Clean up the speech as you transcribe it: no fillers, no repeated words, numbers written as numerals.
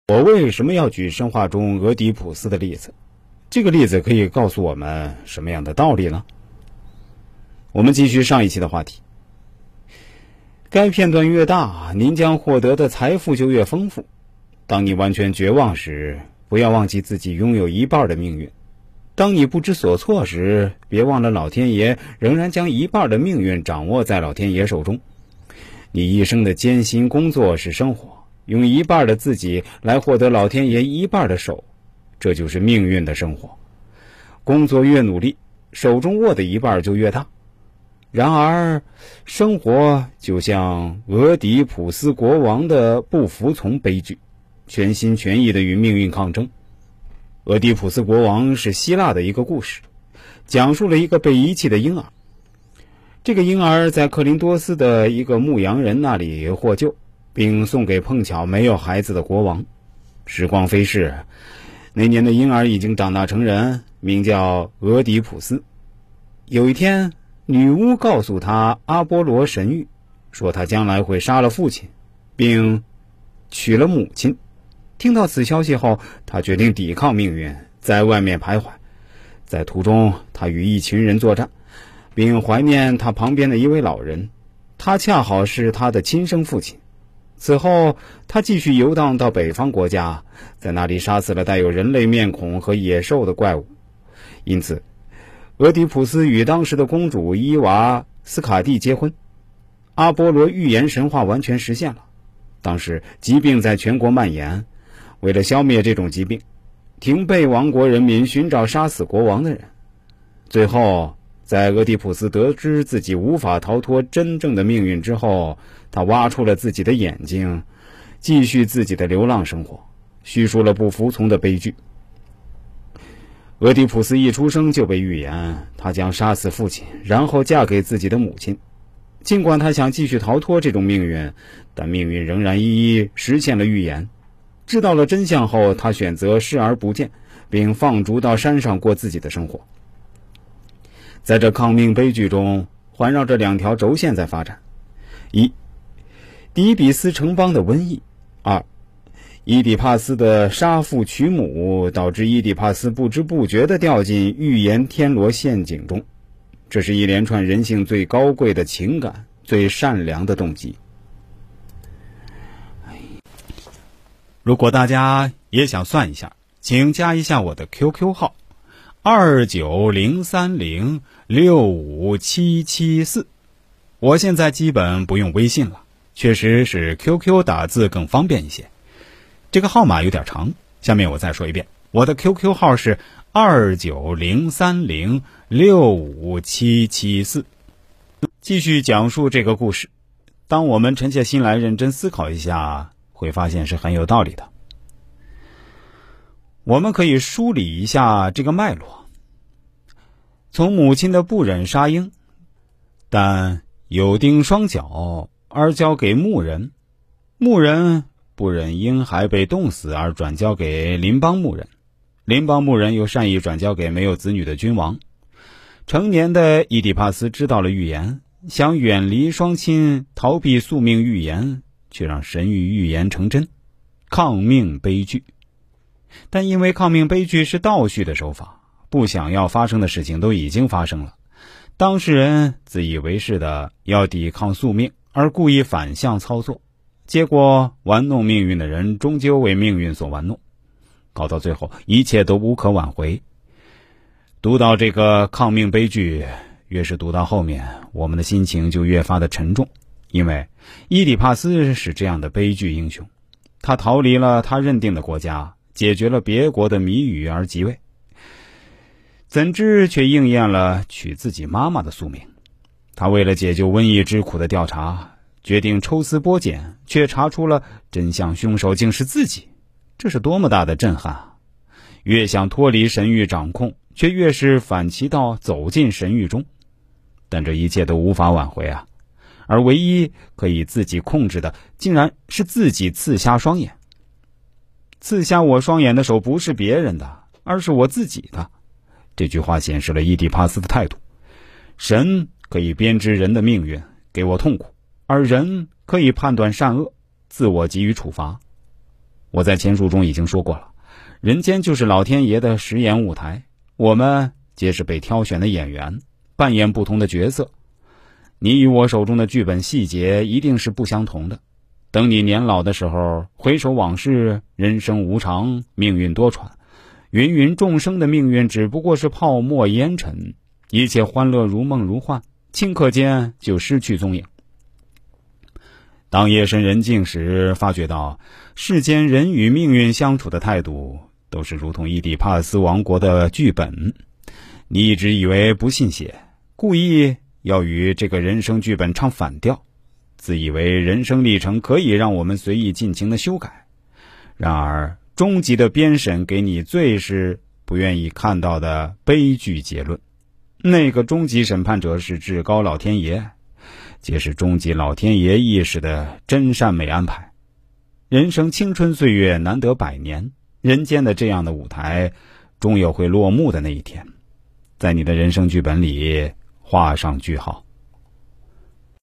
我为什么要举神话中俄狄浦斯的例子？这个例子可以告诉我们什么样的道理呢？我们继续上一期的话题。该片段越大，您将获得的财富就越丰富。当你完全绝望时，不要忘记自己拥有一半的命运。当你不知所措时，别忘了老天爷仍然将一半的命运掌握在老天爷手中。你一生的艰辛工作是生活，用一半的自己来获得老天爷一半的手，这就是命运的生活。工作越努力，手中握的一半就越大。然而，生活就像俄狄浦斯国王的不服从悲剧，全心全意地与命运抗争。俄狄浦斯国王是希腊的一个故事，讲述了一个被遗弃的婴儿。这个婴儿在克林多斯的一个牧羊人那里获救，并送给碰巧没有孩子的国王。时光飞逝，那年的婴儿已经长大成人，名叫俄狄浦斯。有一天，女巫告诉他阿波罗神谕，说他将来会杀了父亲，并娶了母亲。听到此消息后，他决定抵抗命运，在外面徘徊。在途中，他与一群人作战，并怀念他旁边的一位老人，他恰好是他的亲生父亲。此后，他继续游荡到北方国家，在那里杀死了带有人类面孔和野兽的怪物。因此，俄狄浦斯与当时的公主伊娃斯卡蒂结婚，阿波罗预言神话完全实现了。当时疾病在全国蔓延，为了消灭这种疾病，廷贝王国人民寻找杀死国王的人。最后，在俄狄浦斯得知自己无法逃脱真正的命运之后，他挖出了自己的眼睛，继续自己的流浪生活，叙述了不服从的悲剧。俄狄浦斯一出生就被预言，他将杀死父亲，然后嫁给自己的母亲。尽管他想继续逃脱这种命运，但命运仍然一一实现了预言。知道了真相后，他选择视而不见，并放逐到山上过自己的生活。在这抗命悲剧中，环绕着两条轴线在发展：一、底比斯城邦的瘟疫；二、伊底帕斯的杀父娶母，导致伊底帕斯不知不觉地掉进预言天罗陷阱中。这是一连串人性最高贵的情感，最善良的动机。如果大家也想算一下，请加一下我的 QQ 号29030657774。我现在基本不用微信了，确实是 QQ 打字更方便一些。这个号码有点长，下面我再说一遍，我的 QQ 号是29030657774。继续讲述这个故事，当我们沉下心来认真思考一下，会发现是很有道理的。我们可以梳理一下这个脉络。从母亲的不忍杀婴，但有钉双脚而交给牧人，牧人不忍婴孩被冻死而转交给邻邦牧人，邻邦牧人又善意转交给没有子女的君王。成年的伊底帕斯知道了预言，想远离双亲，逃避宿命预言，却让神谕预言成真，抗命悲剧。但因为抗命悲剧是倒叙的手法，不想要发生的事情都已经发生了，当事人自以为是的要抵抗宿命，而故意反向操作，结果玩弄命运的人终究为命运所玩弄，搞到最后一切都无可挽回。读到这个抗命悲剧，越是读到后面，我们的心情就越发的沉重，因为伊底帕斯是这样的悲剧英雄，他逃离了他认定的国家，解决了别国的谜语而即位，怎知却应验了娶自己妈妈的宿命。他为了解救瘟疫之苦的调查，决定抽丝剥茧，却查出了真相凶手竟是自己，这是多么大的震撼啊！越想脱离神谕掌控，却越是反其道走进神谕中，但这一切都无法挽回啊！而唯一可以自己控制的，竟然是自己刺瞎双眼。刺瞎我双眼的手不是别人的，而是我自己的。这句话显示了伊底帕斯的态度：神可以编织人的命运，给我痛苦，而人可以判断善恶，自我给予处罚。 我在前述中已经说过了，人间就是老天爷的实演舞台，我们皆是被挑选的演员，扮演不同的角色。你与我手中的剧本细节一定是不相同的。等你年老的时候，回首往事，人生无常，命运多舛，芸芸众生的命运只不过是泡沫烟尘，一切欢乐如梦如幻，顷刻间就失去踪影。当夜深人静时，发觉到世间人与命运相处的态度都是如同伊底帕斯王国的剧本，你一直以为不信邪，故意要与这个人生剧本唱反调，自以为人生历程可以让我们随意尽情的修改。然而终极的编审给你最是不愿意看到的悲剧结论，那个终极审判者是至高老天爷，皆是终极老天爷意识的真善美安排。人生青春岁月难得百年，人间的这样的舞台终有会落幕的那一天，在你的人生剧本里画上句号。